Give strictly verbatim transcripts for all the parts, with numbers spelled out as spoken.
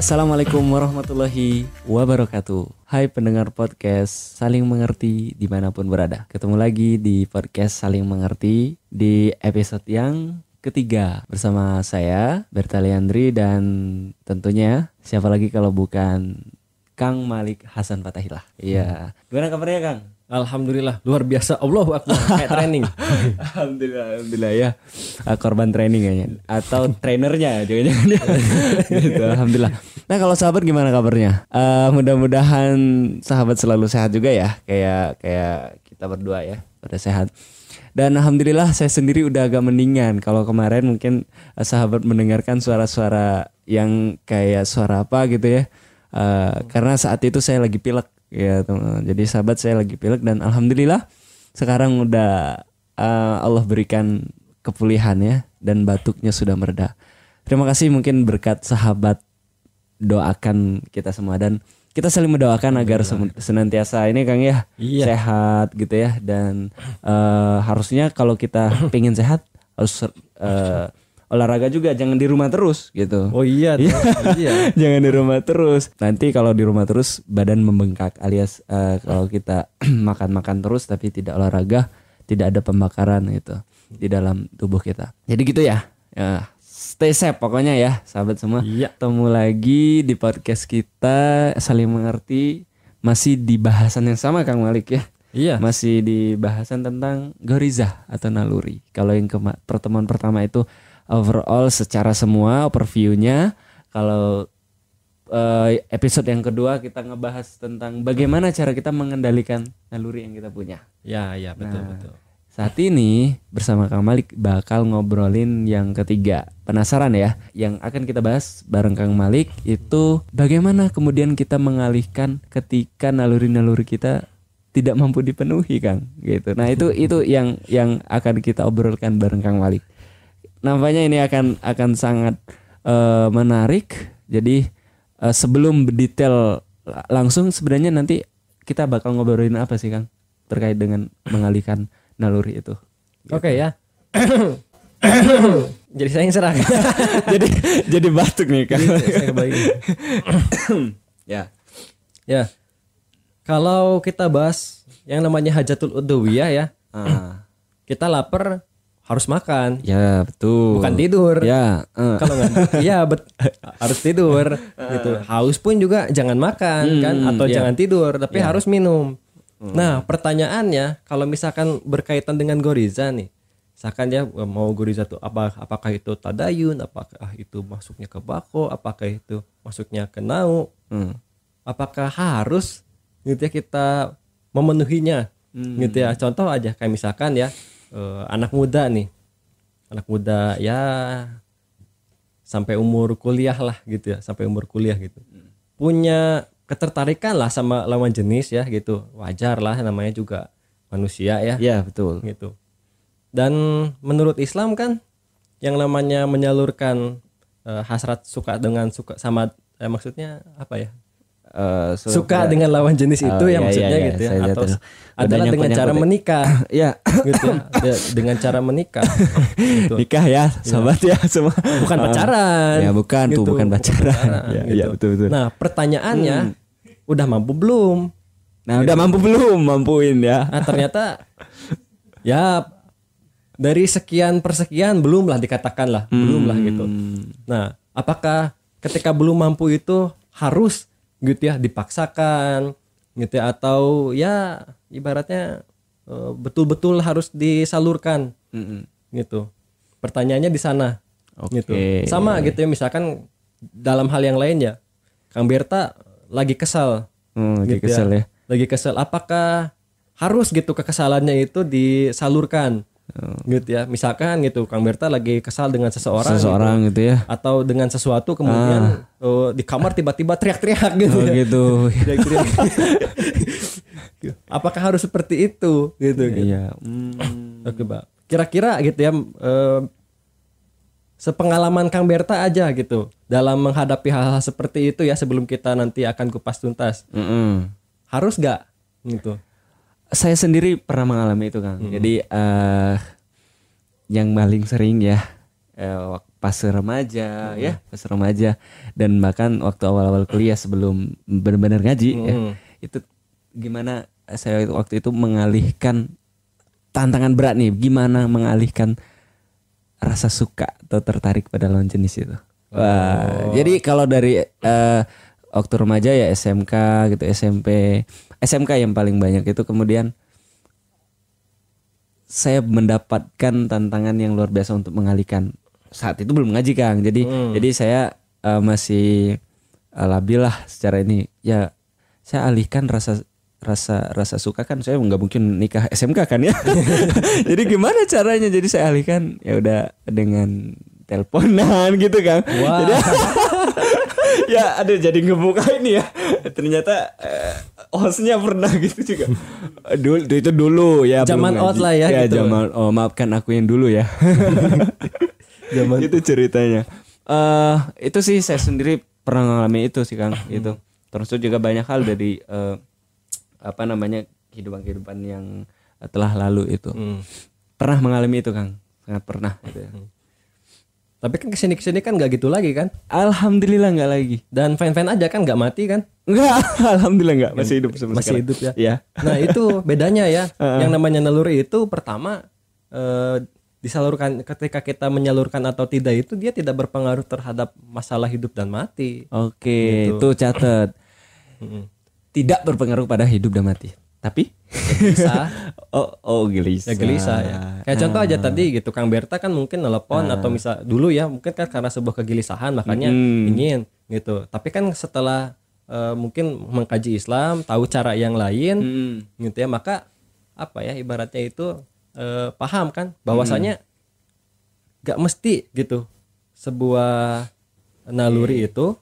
Assalamualaikum warahmatullahi wabarakatuh. Hai pendengar podcast Saling Mengerti dimanapun berada. Ketemu lagi di podcast Saling Mengerti di episode yang ketiga bersama saya Berta Leandri dan tentunya siapa lagi kalau bukan Kang Malik Hasan Fatahillah. Iya. Gimana kabarnya Kang? Alhamdulillah luar biasa. Allahu Akbar. Kayak training. Alhamdulillah, alhamdulillah ya. Uh, korban training kayaknya atau trainernya jangan-jangan dia. Gitu, alhamdulillah. Nah, kalau sahabat gimana kabarnya? Uh, mudah-mudahan sahabat selalu sehat juga ya. Kayak kayak kita berdua ya, pada sehat. Dan alhamdulillah saya sendiri udah agak mendingan. Kalau kemarin mungkin uh, sahabat mendengarkan suara-suara yang kayak suara apa gitu ya. Uh, karena saat itu saya lagi pilek. Ya teman, jadi sahabat saya lagi pilek dan alhamdulillah sekarang udah uh, Allah berikan kepulihan ya dan batuknya sudah mereda. Terima kasih mungkin berkat sahabat doakan kita semua dan kita saling mendoakan agar senantiasa ini Kang ya iya. sehat gitu ya dan uh, harusnya kalau kita pengen sehat harus uh, olahraga juga, jangan di rumah terus gitu. Oh iya, iya. Jangan di rumah terus. Nanti kalau di rumah terus badan membengkak alias uh, kalau kita makan-makan terus tapi tidak olahraga, tidak ada pembakaran gitu di dalam tubuh kita. Jadi gitu ya. Ya, stay safe pokoknya ya, sahabat semua. Iya. Ketemu lagi di podcast kita Saling Mengerti, masih di bahasan yang sama Kang Malik ya. Iya. Masih di bahasan tentang goriza atau naluri. Kalau yang kema- pertemuan pertama itu overall secara semua overview-nya. Kalau uh, episode yang kedua kita ngebahas tentang bagaimana cara kita mengendalikan naluri yang kita punya. Ya, ya betul nah, betul. Saat ini bersama Kang Malik bakal ngobrolin yang ketiga. Penasaran ya? Yang akan kita bahas bareng Kang Malik itu bagaimana kemudian kita mengalihkan ketika naluri-naluri kita tidak mampu dipenuhi, Kang. Gitu. Nah, itu itu yang yang akan kita obrolkan bareng Kang Malik. Nampaknya ini akan akan sangat uh, menarik. Jadi uh, sebelum detail langsung sebenarnya nanti kita bakal ngobrolin apa sih Kang terkait dengan mengalihkan naluri itu. Gitu. Oke ya. Jadi saya yang serah. jadi jadi batuk nih Kang. Saya kembali. Ya. Ya. Kalau kita bahas yang namanya hajatul udhawiyah ya. Ah. Kita lapar harus makan. Ya betul. Bukan tidur. Ya. Uh. Kalau nggak, iya bet harus tidur. Gitu. Haus pun juga jangan makan hmm, kan, atau yeah. jangan tidur, tapi yeah. harus minum. Hmm. Nah pertanyaannya, kalau misalkan berkaitan dengan goriza nih, misalkan ya mau goriza tuh apa? Apakah itu tadayun? Apakah itu masuknya ke bako? Apakah itu masuknya ke nau? Hmm. Apakah harus gitu ya kita memenuhinya? Hmm. Gitu ya. Contoh aja kayak misalkan ya. Uh, anak muda nih, anak muda ya sampai umur kuliah lah gitu ya, sampai umur kuliah gitu, hmm. punya ketertarikan lah sama lawan jenis ya gitu, wajar lah namanya juga manusia ya. Ya betul. Gitu. Dan menurut Islam kan, yang namanya menyalurkan uh, hasrat suka dengan suka sama, eh, maksudnya apa ya? Uh, so, suka ya. Dengan lawan jenis itu oh, ya, ya maksudnya ya, gitu ya, ya atau adalah dengan cara menikah ya gitu ya, dengan cara menikah gitu. Nikah ya sahabat gitu. Ya semua bukan pacaran ya bukan gitu. Tuh bukan pacaran, bukan pacaran ya, gitu. Ya betul betul. Nah pertanyaannya hmm. udah mampu belum? Nah gitu. Udah mampu belum mampuin ya? Nah ternyata ya dari sekian persekian belum lah dikatakan lah hmm. belum lah gitu. Nah apakah ketika belum mampu itu harus gitu ya dipaksakan gitu ya, atau ya ibaratnya uh, betul-betul harus disalurkan mm-hmm. gitu. Pertanyaannya di sana. Okay. Gitu. Sama gitu ya, misalkan dalam hal yang lain ya, Kang Berta lagi kesal. Hmm, lagi gitu kesal ya. ya. Lagi kesal, apakah harus gitu kekesalannya itu disalurkan? Oh. Gitu ya, misalkan gitu Kang Berta lagi kesal dengan seseorang seseorang gitu, gitu ya, atau dengan sesuatu kemudian ah. uh, di kamar tiba-tiba teriak-teriak gitu oh, ya. gitu teriak-teriak. Apakah harus seperti itu gitu gitu. Iya. Hmm. Oke, Pak. Kira-kira gitu ya, uh, sepengalaman Kang Berta aja gitu dalam menghadapi hal-hal seperti itu ya, sebelum kita nanti akan kupas tuntas. Mm-mm. Harus gak gitu? Saya sendiri pernah mengalami itu Kang. Hmm. Jadi uh, yang paling sering ya eh, wak- pas remaja ya, pas remaja dan bahkan waktu awal-awal kuliah sebelum benar-benar ngaji ya. Hmm. Itu gimana saya waktu itu mengalihkan tantangan berat nih, gimana mengalihkan rasa suka atau tertarik pada lawan jenis itu. Wah, jadi kalau dari eh, waktu remaja ya S M K gitu, S M P, S M K yang paling banyak itu, kemudian saya mendapatkan tantangan yang luar biasa untuk mengalihkan. Saat itu belum ngaji Kang, jadi Hmm. jadi saya eh, masih eh, labil lah secara ini. Ya saya alihkan rasa rasa rasa suka kan, saya nggak mungkin nikah S M K kan ya. Jadi gimana caranya? Jadi saya alihkan ya udah dengan teleponan gitu Kang. Wah. Jadi ya ada jadi ngebuka ini ya. Ternyata eh, hostnya pernah gitu juga. Dulu itu dulu ya. Zaman belum out ngaji. lah ya, Ya gitu. zaman. Oh maafkan aku yang dulu ya. Zaman Itu ceritanya. Eh itu sih saya sendiri pernah mengalami itu sih Kang. Itu. Terus juga banyak hal dari eh, apa namanya kehidupan-kehidupan yang telah lalu itu. Hmm. Pernah mengalami itu Kang. Sangat pernah. Gitu ya. Tapi kan kesini kesini kan nggak gitu lagi kan? Alhamdulillah nggak lagi. Dan fan-fan aja kan nggak mati kan? Enggak, alhamdulillah enggak. Masih hidup sampai Masih sekarang. hidup ya. Iya. Nah itu bedanya ya. Yang namanya naluri itu pertama eh, disalurkan ketika kita menyalurkan atau tidak itu dia tidak berpengaruh terhadap masalah hidup dan mati. Oke, Gitu. itu catat. Mm-mm. Tidak berpengaruh pada hidup dan mati. Tapi Gelisah. oh oh gelisah. Ya gelisah ya. Kayak contoh aja tadi gitu Kang Berta kan mungkin nelpon atau misal dulu ya mungkin kan karena sebuah kegelisahan makanya Hmm. ingin gitu. Tapi kan setelah eh, mungkin mengkaji Islam, tahu cara yang lain Hmm. gitu ya, maka apa ya ibaratnya itu eh, paham kan bahwasanya gak mesti gitu sebuah naluri itu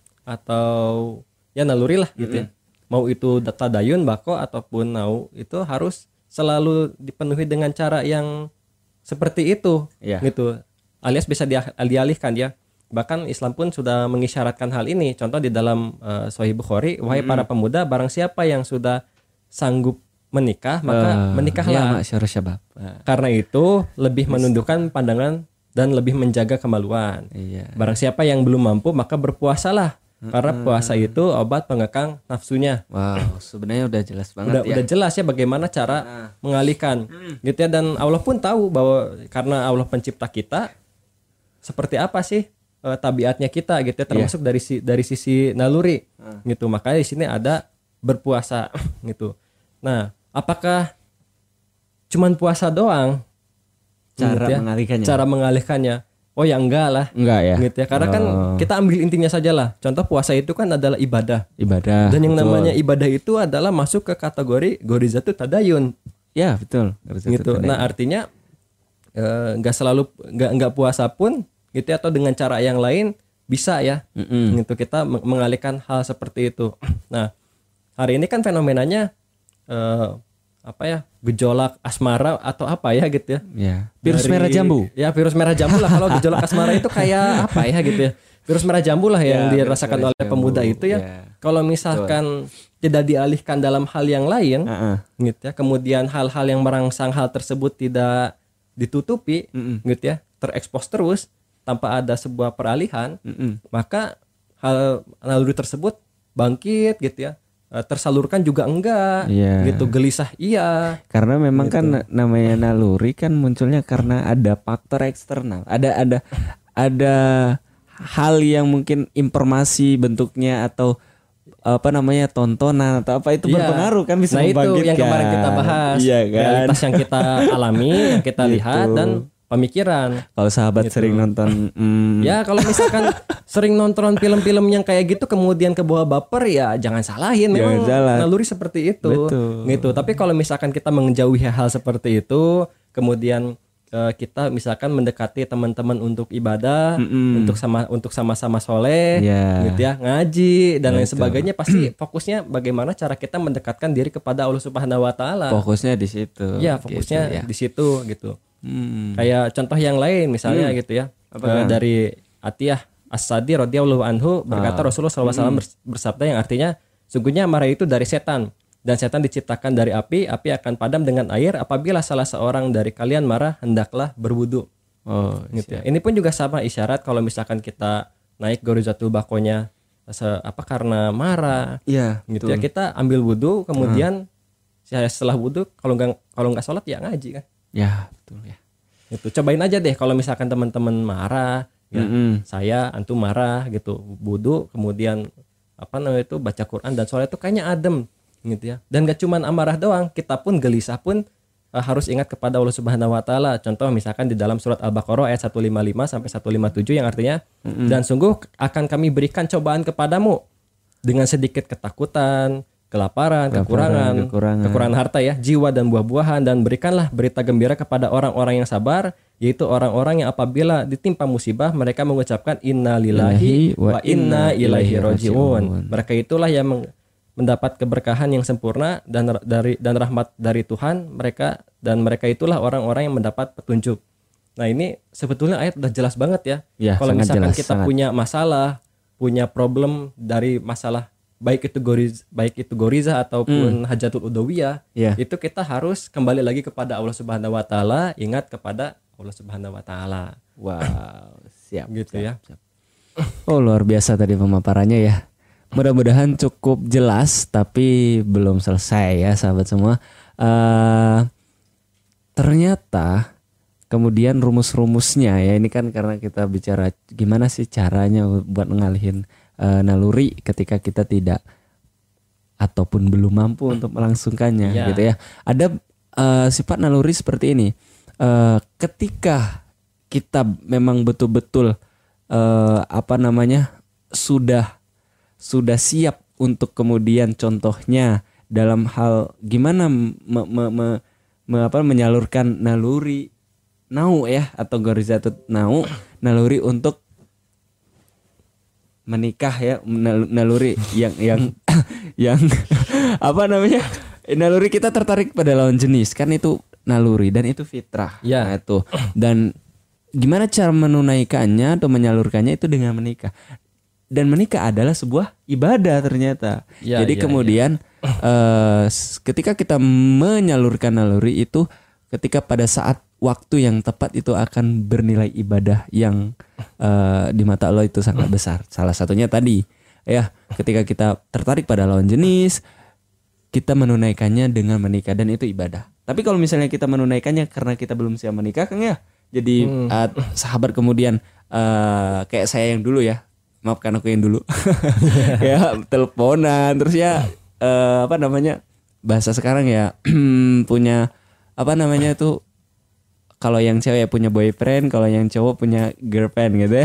atau ya naluri lah gitu ya. Mau itu tadayun bako ataupun nau itu harus selalu dipenuhi dengan cara yang seperti itu Iya. gitu. Alias bisa dia- dialihkan ya. Bahkan Islam pun sudah mengisyaratkan hal ini. Contoh di dalam uh, Sahih Bukhari, wahai para pemuda, barang siapa yang sudah sanggup menikah, maka Eh, menikahlah. Ya, masyarakat syabab. Ah, Karena itu lebih menundukkan pandangan dan lebih menjaga kemaluan. iya. Barang siapa yang belum mampu maka berpuasalah. Karena puasa itu obat pengekang nafsunya. Wow, sebenarnya udah jelas banget Udah ya. udah jelas ya bagaimana cara mengalihkan. Gitu ya, dan Allah pun tahu bahwa karena Allah pencipta kita seperti apa sih eh, tabiatnya kita gitu ya, termasuk dari si, dari sisi naluri. Gitu. Makanya di sini ada berpuasa gitu. Nah, apakah cuman puasa doang Cara gitu ya, mengalihkannya. cara mengalihkannya? Oh ya enggak lah. Enggak ya. Gitu ya. Karena kan Oh. kita ambil intinya saja lah. Contoh puasa itu kan adalah ibadah. Ibadah. Dan yang betul. namanya ibadah itu adalah masuk ke kategori gorizatu tadayun Ya, betul. Harus itu gitu. tadi. Nah, artinya eh, nggak selalu nggak nggak puasa pun gitu ya, atau dengan cara yang lain bisa ya. Mm-mm. Gitu kita meng- mengalihkan hal seperti itu. Nah, hari ini kan fenomenanya eh, apa ya? Gejolak asmara atau apa ya gitu ya. Ya. Virus Dari- merah jambu. Ya, virus merah jambu lah. Kalau gejolak asmara itu kayak apa ya gitu ya. Virus merah jambu lah yang Ya, dirasakan virus merah oleh jambu. pemuda itu ya. Ya. Kalau misalkan tidak dialihkan dalam hal yang lain, Heeh. gitu ya. Kemudian hal-hal yang merangsang hal tersebut tidak ditutupi, Mm-mm. gitu ya, terekspos terus tanpa ada sebuah peralihan, Mm-mm. maka hal naluri tersebut bangkit gitu ya. Eh, tersalurkan juga enggak, Iya. gitu, gelisah iya. Karena memang kan na- namanya naluri kan munculnya karena ada faktor eksternal. Ada ada ada hal yang mungkin informasi bentuknya atau apa namanya tontonan atau apa itu Iya. berpengaruh kan, bisa Nah itu membangkitkan. yang kemarin kita bahas, Iya kan. realitas yang kita alami, yang kita Gitu. lihat dan pemikiran. Kalau sahabat sering nonton hmm, Ya kalau misalkan sering nonton film-film yang kayak gitu kemudian ke bawah baper ya jangan salahin, memang Jangan salah. naluri seperti itu. Betul. Gitu. Tapi kalau misalkan kita menjauhi hal seperti itu, kemudian eh, kita misalkan mendekati teman-teman untuk ibadah, Mm-mm. untuk sama untuk sama-sama soleh, Ya. gitu ya, ngaji dan lain Betul. sebagainya, pasti fokusnya bagaimana cara kita mendekatkan diri kepada Allah Subhanahu wa taala. fokusnya di situ. Ya, gitu fokusnya ya. di situ gitu. Hmm. Kayak contoh yang lain misalnya gitu ya. Apa Eh, kan? dari Atiyah As-Sadi radhiyallahu anhu berkata Ah. Rasulullah shallallahu alaihi wasallam bers- bersabda yang artinya sungguhnya amarah itu dari setan dan setan diciptakan dari api, api akan padam dengan air apabila salah seorang dari kalian marah hendaklah berwudu. Oh, gitu ya. Ini pun juga sama isyarat kalau misalkan kita naik gorizatul bakonya se- apa karena marah Iya, gitu betul. ya, kita ambil wudhu kemudian setelah wudhu kalau nggak kalau nggak sholat ya ngaji kan. Ya, betul ya. Itu cobain aja deh kalau misalkan teman-teman marah ya, Mm-mm. saya antum marah gitu, wudhu kemudian apa namanya itu baca Quran dan sholat itu kayaknya adem gitu ya. Dan gak cuman amarah doang, kita pun gelisah pun uh, harus ingat kepada Allah Subhanahu wa taala. Contoh misalkan di dalam surat Al-Baqarah ayat seratus lima puluh lima sampai seratus lima puluh tujuh yang artinya mm-hmm. dan sungguh akan kami berikan cobaan kepadamu dengan sedikit ketakutan, kelaparan, Kelaparan, kekurangan, kekurangan. kekurangan harta ya, jiwa dan buah-buahan, dan berikanlah berita gembira kepada orang-orang yang sabar, yaitu orang-orang yang apabila ditimpa musibah mereka mengucapkan innalillahi wa inna ilaihi rajiun. Mereka itulah yang meng- mendapat keberkahan yang sempurna dan dari dan rahmat dari Tuhan mereka, dan mereka itulah orang-orang yang mendapat petunjuk. Nah, ini sebetulnya ayat udah jelas banget ya. Ya, kalau sangat misalkan jelas, kita sangat. punya masalah, punya problem dari masalah baik itu goriz baik itu goriza ataupun hajatul udawiyah, Ya. itu kita harus kembali lagi kepada Allah Subhanahu wa taala, ingat kepada Allah Subhanahu wa taala. Wow, siap Gitu ya. siap. Oh, luar biasa tadi pemaparannya ya. Mudah-mudahan cukup jelas, tapi belum selesai ya sahabat semua. Uh, ternyata kemudian rumus-rumusnya ya, ini kan karena kita bicara gimana sih caranya buat ngalihin uh, naluri ketika kita tidak ataupun belum mampu untuk melangsungkannya Ya. gitu ya. Ada uh, sifat naluri seperti ini. Uh, ketika kita memang betul-betul uh, apa namanya sudah sudah siap untuk kemudian contohnya dalam hal gimana me, me, me, me, apa, menyalurkan naluri nau ya atau gorizatut nau naluri untuk menikah ya, nal- naluri yang yang yang apa namanya, naluri kita tertarik pada lawan jenis kan, itu naluri dan itu fitrah Ya. nah, itu. Dan gimana cara menunaikannya atau menyalurkannya itu dengan menikah. Dan menikah adalah sebuah ibadah ternyata. Ya, Jadi ya, kemudian eh, s- ketika kita menyalurkan naluri itu, ketika pada saat waktu yang tepat itu akan bernilai ibadah yang eh, di mata Allah itu sangat besar. Salah satunya tadi ya, ketika kita tertarik pada lawan jenis, kita menunaikannya dengan menikah dan itu ibadah. Tapi kalau misalnya kita menunaikannya karena kita belum siap menikah kan ya, jadi eh, sahabat kemudian eh, kayak saya yang dulu ya. Maafkan aku yang dulu. Ya, teleponan terus ya eh, apa namanya? Bahasa sekarang ya punya apa namanya tuh, kalau yang cewek punya boyfriend, kalau yang cowok punya girlfriend gitu ya.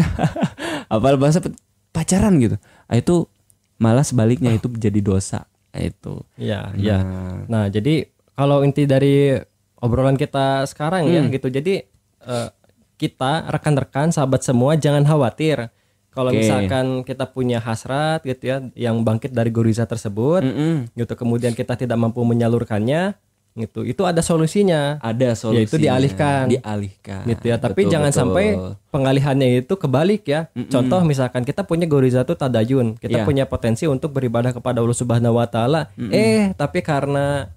Apa bahasa pe- pacaran gitu. Ah, itu malah sebaliknya itu jadi dosa. Ah, itu. Iya, Nah. iya. Nah, jadi kalau inti dari obrolan kita sekarang ya gitu. Jadi eh, kita rekan-rekan sahabat semua jangan khawatir. Kalau Oke. misalkan kita punya hasrat gitu ya yang bangkit dari goriza tersebut, Mm-mm. gitu kemudian kita tidak mampu menyalurkannya, gitu. Itu ada solusinya. Ada solusinya. Yaitu dialihkan. Dialihkan. Gitu ya. Tapi Betul, jangan betul. sampai pengalihannya itu kebalik ya. Contoh misalkan kita punya goriza itu tadayun, kita Iya. punya potensi untuk beribadah kepada Allah Subhanahu wa taala. Eh, tapi karena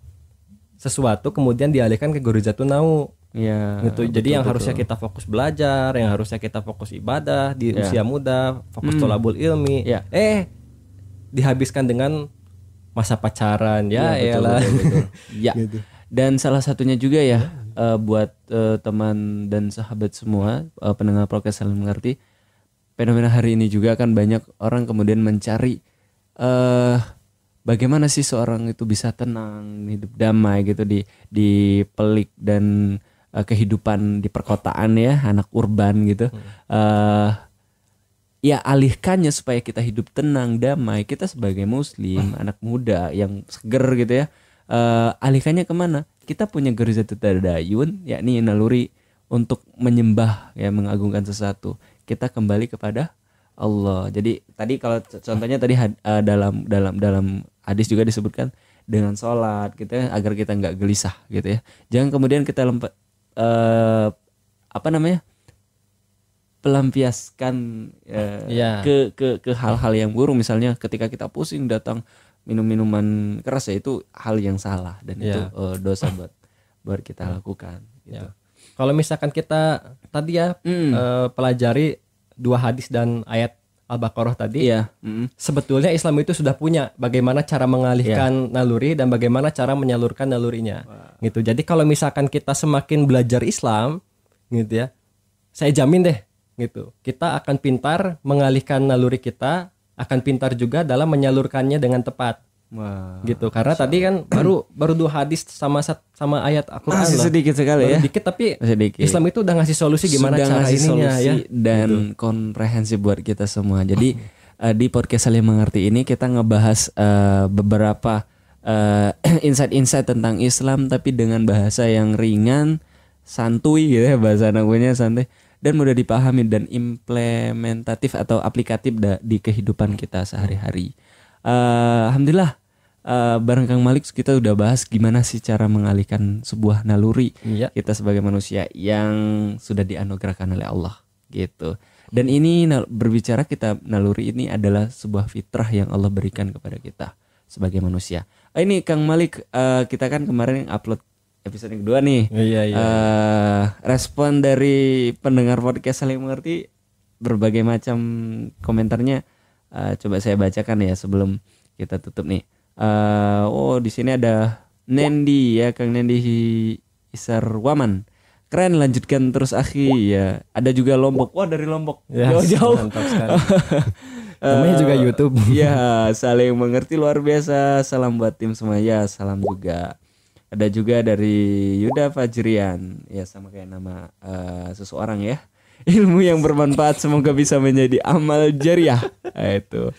sesuatu kemudian dialihkan ke goriza nau. Ya, Gitu. Jadi betul, yang harusnya betul. kita fokus belajar, yang harusnya kita fokus ibadah di Ya. usia muda, fokus Hmm. tholabul ilmi. Ya. Eh, dihabiskan dengan masa pacaran ya, Ya, betul, elah. betul, betul. Ya. Gitu. Dan salah satunya juga ya eh, buat eh, teman dan sahabat semua eh, pendengar podcast saling mengerti, fenomena hari ini juga kan banyak orang kemudian mencari eh bagaimana sih seorang itu bisa tenang, hidup damai gitu di di pelik dan eh, kehidupan di perkotaan ya, anak urban gitu. Eh ya alihkannya supaya kita hidup tenang, damai. Kita sebagai muslim, anak muda yang seger gitu ya, eh, alihkannya kemana? Kita punya gorizatul tadayun, yakni naluri untuk menyembah ya, mengagungkan sesuatu. Kita kembali kepada Allah. Jadi tadi kalau c- contohnya tadi had- eh, dalam dalam dalam hadis juga disebutkan dengan sholat gitu ya, agar kita nggak gelisah gitu ya. Jangan kemudian kita lempet eh, apa namanya? pelampiaskan eh, Iya. ke ke ke hal-hal yang buruk, misalnya ketika kita pusing datang minum minuman keras, ya itu hal yang salah dan itu Iya. eh, dosa buat buat kita lakukan gitu. Ya. Kalau misalkan kita tadi ya Hmm. eh, pelajari dua hadis dan ayat Al-Baqarah tadi, Iya. Mm. sebetulnya Islam itu sudah punya bagaimana cara mengalihkan Iya. naluri dan bagaimana cara menyalurkan nalurinya. Gitu. Jadi kalau misalkan kita semakin belajar Islam, gitu ya, saya jamin deh, gitu, kita akan pintar mengalihkan naluri kita, akan pintar juga dalam menyalurkannya dengan tepat. Wah. Gitu. Karena tadi kan baru baru dua hadis sama sat- sama ayat Al-Qur'an Masih loh. sedikit sekali Baru ya. dikit tapi Masih dikit. Islam itu udah ngasih solusi gimana Sudah cara ngasih ininya solusi ya. dan komprehensif buat kita semua. Jadi eh, di podcast Saling Mengerti ini kita ngebahas eh, beberapa eh, insight-insight tentang Islam tapi dengan bahasa yang ringan, santuy gitu ya, bahasa nakunya santai dan mudah dipahami dan implementatif atau aplikatif da- di kehidupan kita sehari-hari. Eh, Alhamdulillah. Uh, bareng Kang Malik kita udah bahas gimana sih cara mengalihkan sebuah naluri Iya. kita sebagai manusia yang sudah dianugerahkan oleh Allah gitu. Dan ini nal- berbicara kita naluri ini adalah sebuah fitrah yang Allah berikan kepada kita sebagai manusia. Ah, ini Kang Malik, uh, kita kan kemarin upload episode yang kedua nih. Iya, iya. Uh, respon dari pendengar podcast Saling Mengerti berbagai macam komentarnya. Uh, coba saya bacakan ya sebelum kita tutup nih. Uh, oh di sini ada Nendi ya, Kang Nendi Isarwaman. Keren, lanjutkan terus akhi ya. Ada juga Lombok. Wah dari Lombok. Ya, Jauh-jauh. mantap sekali. Namanya juga YouTube. Ya, Saling Mengerti luar biasa. Salam buat tim semua ya. Salam juga. Ada juga dari Yuda Fajrian. Ya sama kayak nama uh, seseorang ya. Ilmu yang bermanfaat semoga bisa menjadi amal jariah. Nah, itu.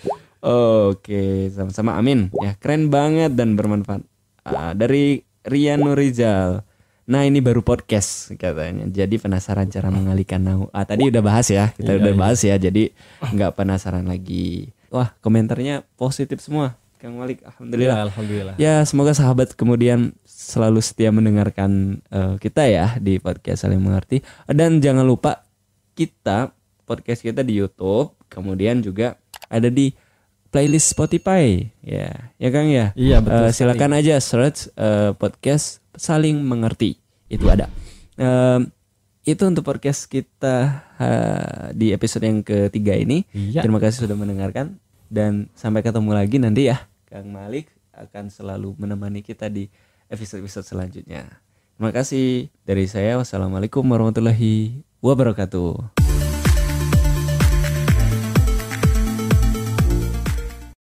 Oke, sama-sama amin. Ya, keren banget dan bermanfaat. Ah, dari Rian Nurizal. Nah, ini baru podcast katanya. Jadi penasaran cara mengalihkan nau. Ah, tadi udah bahas ya. Kita Iya, udah iya. bahas ya. Jadi nggak penasaran lagi. Wah, komentarnya positif semua. Kang Malik, alhamdulillah. Ya, alhamdulillah. Ya, semoga sahabat kemudian selalu setia mendengarkan eh, kita ya di podcast Saling Mengerti. Dan jangan lupa kita podcast kita di YouTube, kemudian juga ada di playlist Spotify ya, ya Kang ya. Iya, betul Eh, sekali. silakan aja search eh, podcast Saling Mengerti, itu ada. Em, itu untuk podcast kita eh, di episode yang ketiga ini. Iya. Terima kasih sudah mendengarkan dan sampai ketemu lagi nanti ya. Kang Malik akan selalu menemani kita di episode-episode selanjutnya. Terima kasih dari saya. Wassalamualaikum warahmatullahi wabarakatuh.